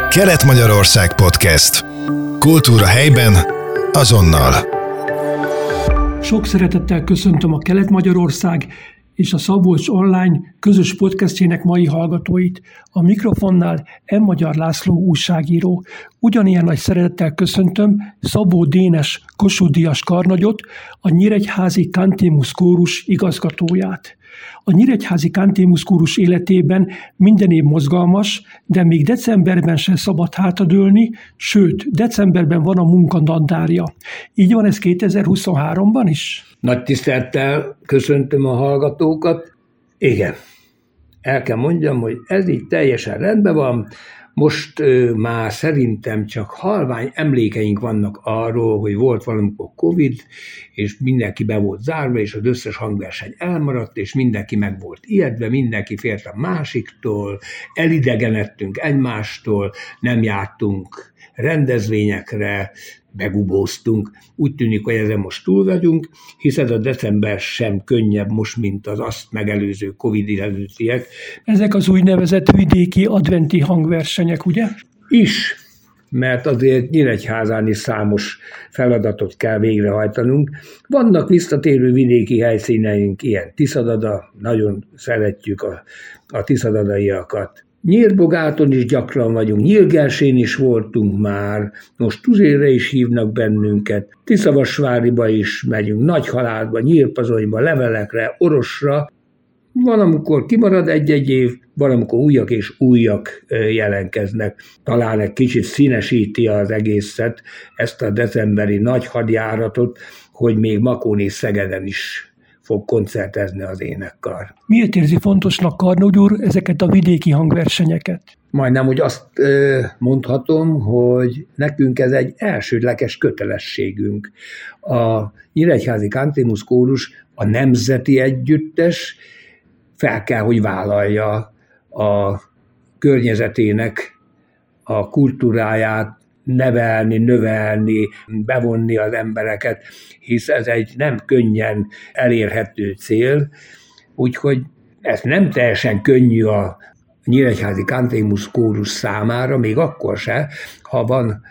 Kelet-Magyarország Podcast. Kultúra helyben, azonnal. Sok szeretettel köszöntöm a Kelet-Magyarország és a Szabolcs Online közös podcastjének mai hallgatóit. A mikrofonnál M. Magyar László újságíró. Ugyanilyen nagy szeretettel köszöntöm Szabó Dénes Kossuth-díjas karnagyot, a Nyíregyházi Cantémus Kórus igazgatóját. A Nyíregyházi Cantémus Kórus életében minden év mozgalmas, de még decemberben sem szabad hátradőlni, sőt, decemberben van a munkadandárja. Így van ez 2023-ban is? Nagy tisztelettel köszöntöm a hallgatókat. Igen, el kell mondjam, hogy ez így teljesen rendben van. Most már szerintem csak halvány emlékeink vannak arról, hogy volt valamikor Covid, és mindenki be volt zárva, és az összes hangverseny elmaradt, és mindenki meg volt ijedve, mindenki félt a másiktól, elidegenedtünk egymástól, nem jártunk rendezvényekre, megubóztunk. Úgy tűnik, hogy ezen most túl vagyunk, hiszen a december sem könnyebb most, mint az azt megelőző Covid előttiek. Ezek az úgynevezett vidéki adventi hangversenyek, ugye? Is, mert azért Nyíregyházán is számos feladatot kell végrehajtanunk. Vannak visszatérő vidéki helyszíneink, ilyen Tiszadada, nagyon szeretjük a tiszadadaiakat. Nyírbogáton is gyakran vagyunk, Nyírgersén is voltunk már, most Tuzérre is hívnak bennünket, Tiszavasváriba is megyünk, Nagyhaládba, Nyírpazonyba, Levelekre, Orosra. Van, amikor kimarad egy-egy év, van, amikor újak és újak jelentkeznek. Talán egy kicsit színesíti az egészet, ezt a decemberi nagy hadjáratot, hogy még Makón és Szegeden is fog koncertezni az énekkar. Miért érzi fontosnak, Karnagy úr, ezeket a vidéki hangversenyeket? Majdnem, hogy azt mondhatom, hogy nekünk ez egy elsődleges kötelességünk. A Nyíregyházi Cantémus Kórus, a nemzeti együttes fel kell, hogy vállalja a környezetének a kultúráját, nevelni, növelni, bevonni az embereket, hisz ez egy nem könnyen elérhető cél, úgyhogy ez nem teljesen könnyű a Nyíregyházi Cantémus Kórus számára, még akkor se, ha van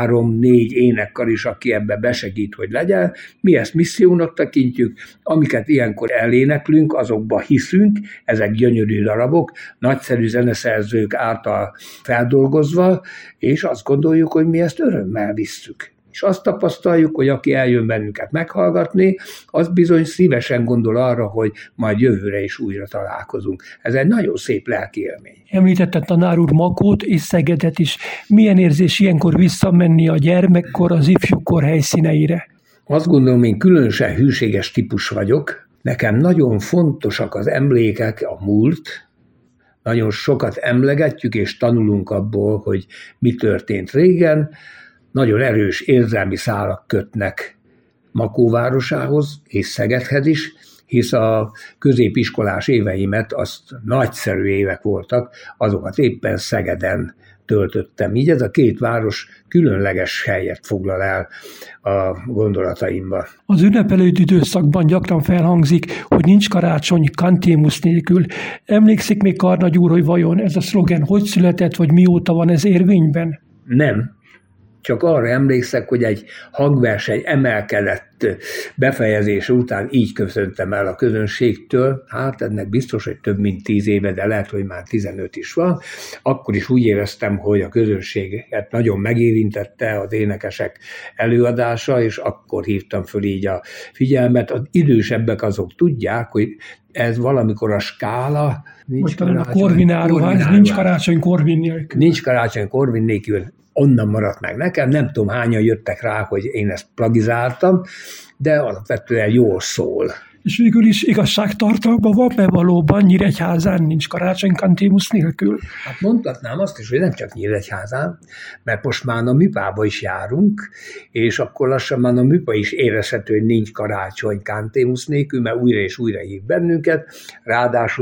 3-4 énekkar is, aki ebbe besegít, hogy legyen. Mi ezt missziónak tekintjük, amiket ilyenkor eléneklünk, azokba hiszünk, ezek gyönyörű darabok, nagyszerű zeneszerzők által feldolgozva, és azt gondoljuk, hogy mi ezt örömmel visszük. És azt tapasztaljuk, hogy aki eljön bennünket meghallgatni, az bizony szívesen gondol arra, hogy majd jövőre is újra találkozunk. Ez egy nagyon szép lelki élmény. Említette tanár úr Makót és Szegedet is. Milyen érzés ilyenkor visszamenni a gyermekkor, az ifjúkor helyszíneire? Azt gondolom, én különösen hűséges típus vagyok. Nekem nagyon fontosak az emlékek, a múlt. Nagyon sokat emlegetjük és tanulunk abból, hogy mi történt régen. Nagyon erős érzelmi szálak kötnek Makó városához és Szegedhez is, hisz a középiskolás éveimet azt nagyszerű évek voltak, azokat éppen Szegeden töltöttem. Így ez a két város különleges helyet foglal el a gondolataimban. Az ünnepelőd időszakban gyakran felhangzik, hogy nincs karácsony Cantémus nélkül. Emlékszik még, Karnagy úr, hogy vajon ez a szlogen hogy született, vagy mióta van ez érvényben? Nem. Csak arra emlékszek, hogy egy hangverseny emelkedett befejezése után így köszöntem el a közönségtől. Hát ennek biztos, hogy több mint 10 éve, de lehet, hogy már 15 is van. Akkor is úgy éreztem, hogy a közönséget nagyon megérintette az énekesek előadása, és akkor hívtam föl így a figyelmet. Az idősebbek azok tudják, hogy ez valamikor a skála. A Korvináruház, nincs karácsony Korvin nélkül. Nincs karácsony Korvin nélkül. Onnan maradt meg nekem, nem tudom hányan jöttek rá, hogy én ezt plagizáltam, de alapvetően jól szól. És végül is igazságtartalma van, mert valóban Nyíregyházán nincs karácsony Cantémus nélkül. Hát mondhatnám azt is, hogy nem csak Nyíregyházán, mert most már a műpába is járunk, és akkor lassan már a műpa is érezhető, hogy nincs karácsony Cantémus nélkül, mert újra és újra hív bennünket. Ráadásul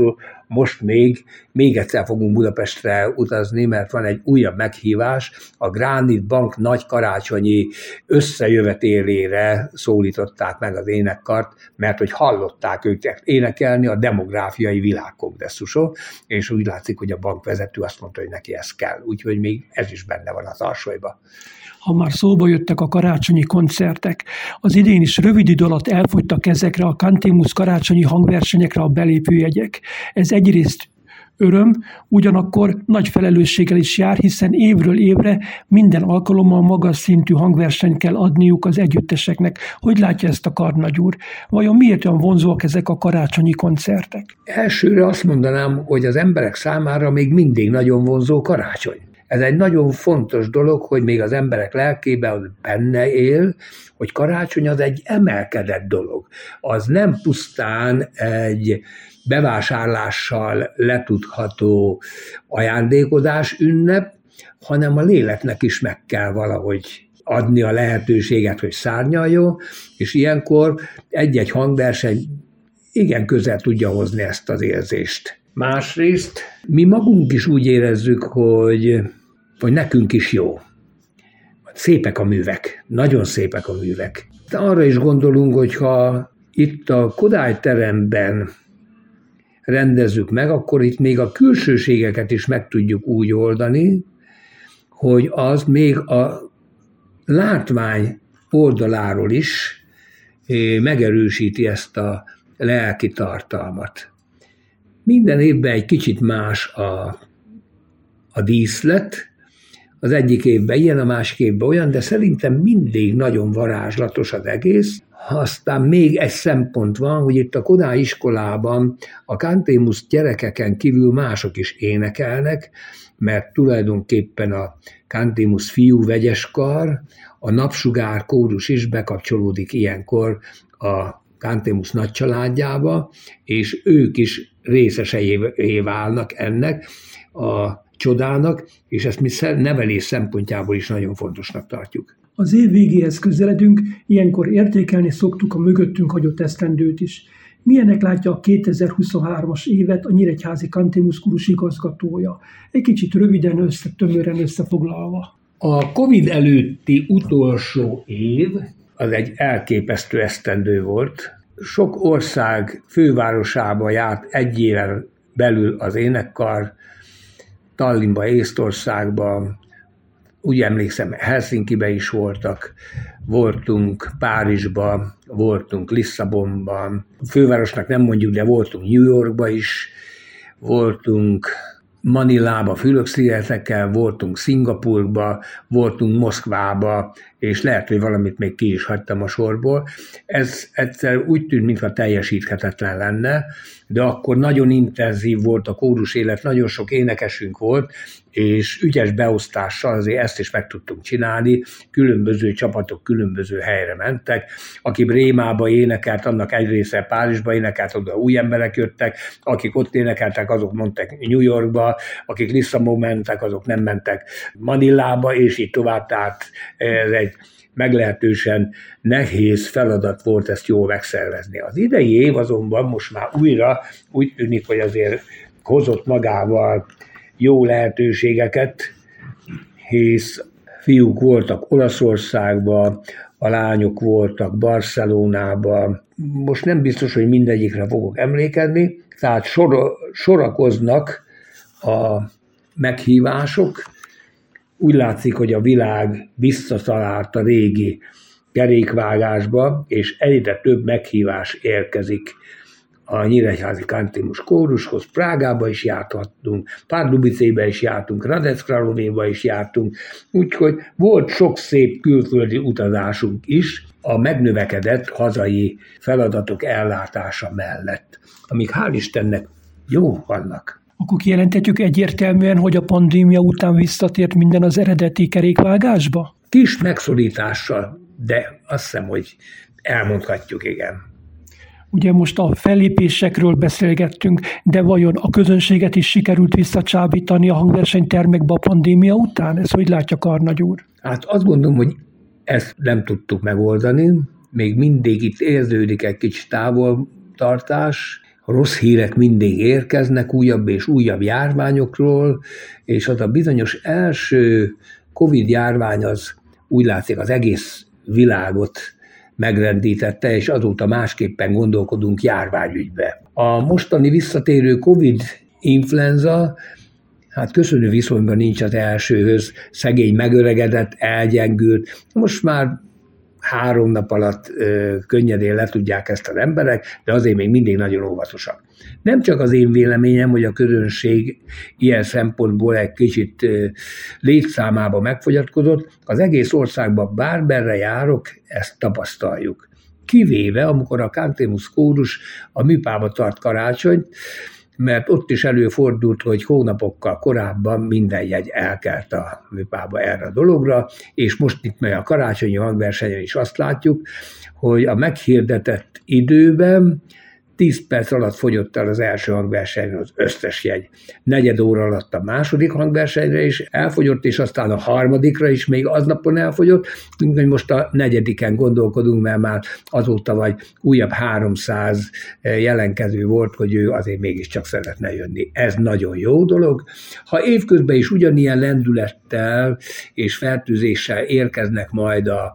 most még egyszer fogunk Budapestre utazni, mert van egy újabb meghívás, a Granit Bank nagy karácsonyi összejövetélére szólították meg az énekkart, mert hogy hallották őket énekelni a demográfiai világkongresszuson, és úgy látszik, hogy a bankvezető azt mondta, hogy neki ez kell. Úgyhogy még ez is benne van a tarsolyban. Ha már szóba jöttek a karácsonyi koncertek, az idén is rövid idő alatt elfogytak ezekre a Cantémus karácsonyi hangversenyekre a belépőjegyek. Ez egyrészt öröm, ugyanakkor nagy felelősséggel is jár, hiszen évről évre minden alkalommal magas szintű hangversenyt kell adniuk az együtteseknek. Hogy látja ezt a karnagy úr? Vajon miért olyan vonzóak ezek a karácsonyi koncertek? Elsőre azt mondanám, hogy az emberek számára még mindig nagyon vonzó karácsony. Ez egy nagyon fontos dolog, hogy még az emberek lelkében benne él, hogy karácsony az egy emelkedett dolog. Az nem pusztán egy bevásárlással letudható ajándékozás ünnep, hanem a léleknek is meg kell valahogy adni a lehetőséget, hogy szárnyaljon, és ilyenkor egy-egy hangverseny igen közel tudja hozni ezt az érzést. Másrészt mi magunk is úgy érezzük, hogy nekünk is jó. Szépek a művek, nagyon szépek a művek. De arra is gondolunk, hogy ha itt a Kodály teremben rendezzük meg, akkor itt még a külsőségeket is meg tudjuk úgy oldani, hogy az még a látvány oldaláról is megerősíti ezt a lelki tartalmat. Minden évben egy kicsit más a díszlet, az egyik évben ilyen, a másik évben olyan, de szerintem mindig nagyon varázslatos az egész. Aztán még egy szempont van, hogy itt a Kodály iskolában a Cantémus gyerekeken kívül mások is énekelnek, mert tulajdonképpen a Cantémus fiú vegyeskar, a Napsugár kórus is bekapcsolódik ilyenkor a Cantémus nagy családjába, és ők is részesei válnak ennek a csodának, és ezt mi nevelés szempontjából is nagyon fontosnak tartjuk. Az év végéhez közeledünk, ilyenkor értékelni szoktuk a mögöttünk hagyott esztendőt is. Milyennek látja a 2023-as évet a Nyíregyházi Cantémus kórus igazgatója? Egy kicsit röviden, tömören összefoglalva. A Covid előtti utolsó év az egy elképesztő esztendő volt. Sok ország fővárosába járt egy éven belül az énekkar, Tallinnba, Észtországba, úgy emlékszem, Helsinkibe is voltunk Párizsba, voltunk Lisszabonban, fővárosnak nem mondjuk, de voltunk New Yorkba is, voltunk Manilába, Fülöp-szigetekkel, voltunk Szingapurba, voltunk Moszkvába, és lehet, hogy valamit még ki is hagytam a sorból. Ez egyszer úgy tűnt, mintha teljesíthetetlen lenne, de akkor nagyon intenzív volt a kórus élet, nagyon sok énekesünk volt, és ügyes beosztással azért ezt is meg tudtunk csinálni, különböző csapatok különböző helyre mentek, aki Brémába énekelt, annak egy része Párizsba énekelt, oda új emberek jöttek, akik ott énekeltek, azok mondtak New Yorkba, akik Lisszabonba mentek, azok nem mentek Manilába, és így tovább, tehát ez egy meglehetősen nehéz feladat volt ezt jól megszervezni. Az idei év azonban most már újra úgy tűnik, hogy azért hozott magával jó lehetőségeket, hisz fiúk voltak Olaszországban, a lányok voltak Barcelonában. Most nem biztos, hogy mindegyikre fogok emlékezni, tehát sorakoznak a meghívások. Úgy látszik, hogy a világ visszatalált a régi kerékvágásba, és egyre több meghívás érkezik a Nyíregyházi Cantémus kórushoz. Prágába is járhattunk, Pardubicébe is jártunk, Hradec Kralovéba is jártunk, úgyhogy volt sok szép külföldi utazásunk is a megnövekedett hazai feladatok ellátása mellett, amik hál' Istennek jó vannak. Akkor kijelenthetjük egyértelműen, hogy a pandémia után visszatért minden az eredeti kerékvágásba? Kis megszorítással, de azt hiszem, hogy elmondhatjuk, igen. Ugye most a fellépésekről beszélgettünk, de vajon a közönséget is sikerült visszacsábítani a hangversenytermekbe a pandémia után? Ez hogy látja, karnagy úr? Hát azt gondolom, hogy ezt nem tudtuk megoldani. Még mindig itt érződik egy kicsit távoltartás. rossz hírek mindig érkeznek újabb és újabb járványokról, és az a bizonyos első Covid járvány az úgy látszik az egész világot megrendítette, és azóta másképpen gondolkodunk járványügybe. A mostani visszatérő Covid influenza, hát köszönő viszonyban nincs az elsőhöz, szegény megöregedett, elgyengült, most már 3 nap alatt könnyedén le tudják ezt az emberek, de azért még mindig nagyon óvatosak. Nem csak az én véleményem, hogy a közönség ilyen szempontból egy kicsit létszámába megfogyatkozott, az egész országban bármerre járok, ezt tapasztaljuk. Kivéve, amikor a Cantemus kórus a műpába tart karácsonyt, mert ott is előfordult, hogy hónapokkal korábban minden jegy elkelt a műpába erre a dologra, és most itt meg a karácsonyi hangversenyen is azt látjuk, hogy a meghirdetett időben 10 perc alatt fogyott el az első hangversenyre az összes jegy. 4 óra alatt a második hangversenyre is elfogyott, és aztán a harmadikra is még aznapon elfogyott, úgyhogy most a 4-en gondolkodunk, mert már azóta vagy újabb 300 jelentkező volt, hogy ő azért mégiscsak szeretne jönni. Ez nagyon jó dolog. Ha évközben is ugyanilyen lendülettel és fertőzéssel érkeznek majd a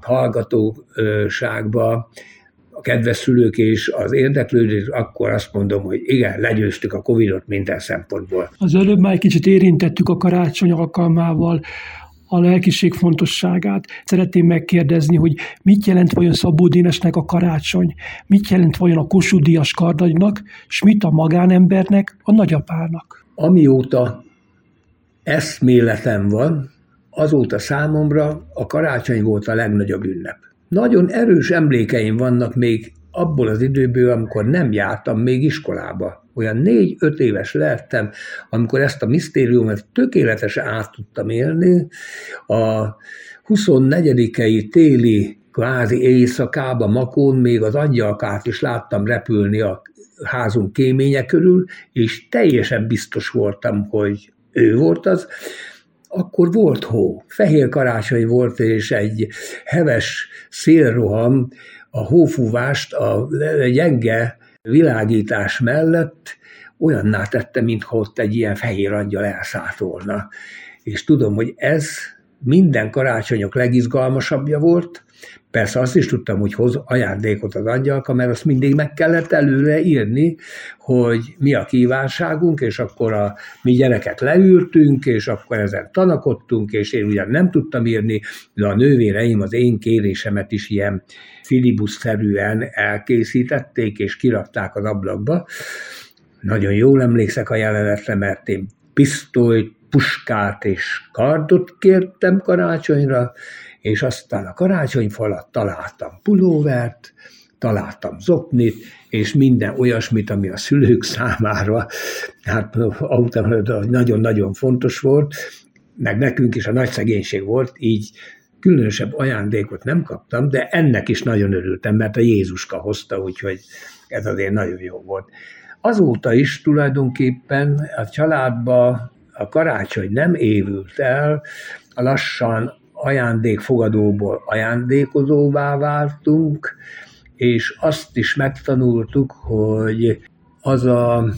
hallgatóságba, a kedves szülők és az érdeklődők, akkor azt mondom, hogy igen, legyőztük a Covidot minden szempontból. Az előbb már egy kicsit érintettük a karácsony alkalmával a lelkiség fontosságát. Szeretném megkérdezni, hogy mit jelent vajon Szabó Dénesnek a karácsony, mit jelent vajon a Kossuth Díjas Karnagynak, és mit a magánembernek, a nagyapának? Amióta eszméletem van, azóta számomra a karácsony volt a legnagyobb ünnep. Nagyon erős emlékeim vannak még abból az időből, amikor nem jártam még iskolába. Olyan 4-5 éves lehettem, amikor ezt a misztériumot tökéletesen át tudtam élni. A 24-i téli kvázi éjszakába Makón még az angyalkát is láttam repülni a házunk kéménye körül, és teljesen biztos voltam, hogy ő volt az. Akkor volt hó, fehér karácsony volt, és egy heves szélroham a hófúvást a gyenge világítás mellett olyanná tette, mintha ott egy ilyen fehér angyal elszállt volna. És tudom, hogy ez minden karácsonyok legizgalmasabbja volt. Persze azt is tudtam, hogy hoz ajándékot az angyalka, mert azt mindig meg kellett előre írni, hogy mi a kívánságunk, és akkor a mi gyereket leültünk, és akkor ezen tanakodtunk, és én ugyan nem tudtam írni, de a nővéreim az én kérésemet is ilyen filibuszszerűen elkészítették, és kirakták az ablakba. Nagyon jól emlékszek a jelenetre, mert én pisztolyt, puskát és kardot kértem karácsonyra, és aztán a karácsonyfa alatt találtam pulóvert, találtam zoknit, és minden olyasmit, ami a szülők számára hát nagyon-nagyon fontos volt, meg nekünk is a nagy szegénység volt, így különösebb ajándékot nem kaptam, de ennek is nagyon örültem, mert a Jézuska hozta, úgyhogy ez azért nagyon jó volt. Azóta is tulajdonképpen a családban a karácsony nem évült el, lassan ajándékfogadóból ajándékozóvá váltunk, és azt is megtanultuk, hogy az az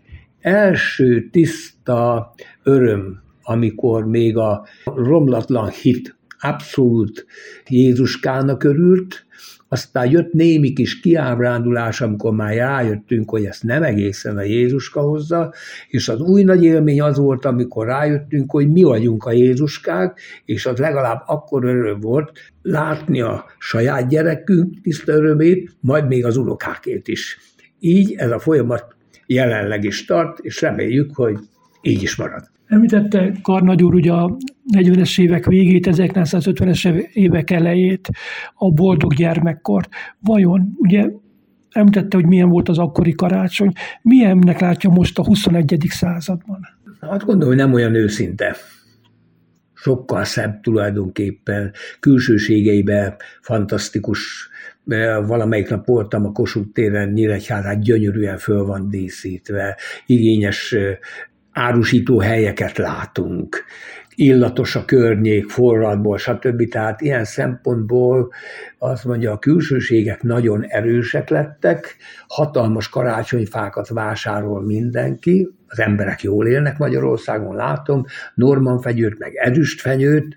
első tiszta öröm, amikor még a romlatlan hit abszolút Jézuskának örült, aztán jött némi kis kiábrándulás, amikor már rájöttünk, hogy ezt nem egészen a Jézuska hozza, és az új nagy élmény az volt, amikor rájöttünk, hogy mi vagyunk a Jézuskák, és az legalább akkor öröm volt látni a saját gyerekünk tiszta örömét, majd még az unokákét is. Így ez a folyamat jelenleg is tart, és reméljük, hogy így is marad. Említette Karnagy úr ugye a 40-es évek végét, 1950-es évek elejét, a boldog gyermekkort. Vajon, ugye említette, hogy milyen volt az akkori karácsony, milyennek látja most a 21. században? Hát gondolom, hogy nem olyan őszinte. Sokkal szebb tulajdonképpen, külsőségeiben fantasztikus. Valamelyik nap voltam a Kossuth téren, Nyíregyházán, gyönyörűen föl van díszítve, igényes árusító helyeket látunk, illatos a környék, forradból, stb. Tehát ilyen szempontból azt mondja, a külsőségek nagyon erősek lettek, hatalmas karácsonyfákat vásárol mindenki, az emberek jól élnek Magyarországon, látom, Normanfenyőt, meg ezüstfenyőt,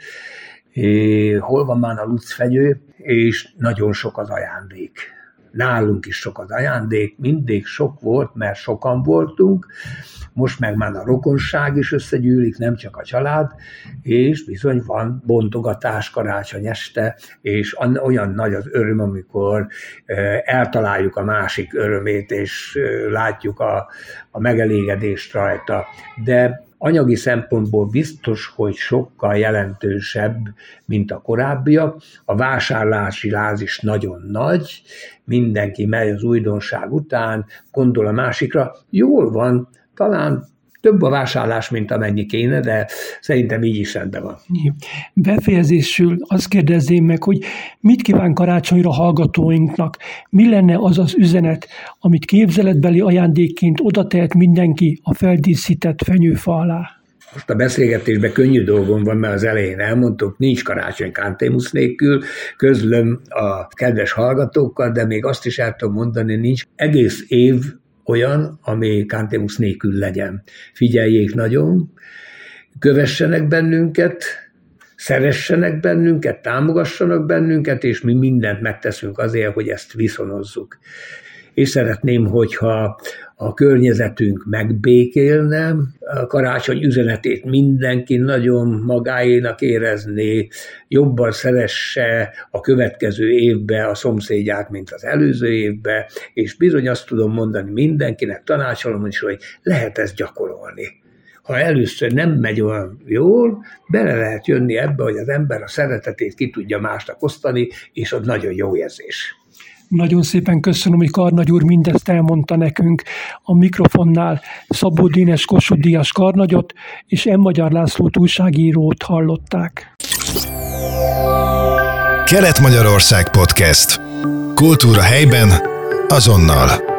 hol van már a lucfenyő, és nagyon sok az ajándék. Nálunk is sok az ajándék, mindig sok volt, mert sokan voltunk, most meg már a rokonság is összegyűlik, nem csak a család, és bizony van bontogatás karácsony este, és olyan nagy az öröm, amikor eltaláljuk a másik örömét, és látjuk a megelégedést rajta. De anyagi szempontból biztos, hogy sokkal jelentősebb, mint a korábbiak. A vásárlási láz is nagyon nagy, mindenki megy az újdonság után, gondol a másikra. Jól van, talán több a vásárlás, mint amennyi kéne, de szerintem így is rendben van. Befejezésül azt kérdezném meg, hogy mit kíván karácsonyra hallgatóinknak? Mi lenne az az üzenet, amit képzeletbeli ajándékként oda tehet mindenki a feldíszített fenyőfa alá? Most a beszélgetésben könnyű dolgom van, mert az elején elmondtuk, nincs karácsony Cantemus nélkül, közlöm a kedves hallgatókkal, de még azt is el tudom mondani, nincs egész év olyan, ami Cantemus nélkül legyen. Figyeljék nagyon, kövessenek bennünket, szeressenek bennünket, támogassanak bennünket, és mi mindent megteszünk azért, hogy ezt viszonozzuk. És szeretném, hogyha a környezetünk megbékélne, a karácsony üzenetét mindenki nagyon magáénak érezné, jobban szeresse a következő évbe a szomszédját, mint az előző évbe, és bizony azt tudom mondani mindenkinek, tanácsolom is, hogy lehet ezt gyakorolni. Ha először nem megy olyan jól, bele lehet jönni ebbe, hogy az ember a szeretetét ki tudja másnak osztani, és az nagyon jó érzés. Nagyon szépen köszönöm, hogy Karnagy úr mindezt elmondta nekünk. A mikrofonnál Szabó Dénes Kossuth Díjas karnagyot és M. Magyar Lászlót újságírót hallották. Kelet-Magyarország Podcast. Kultúra helyben, azonnal.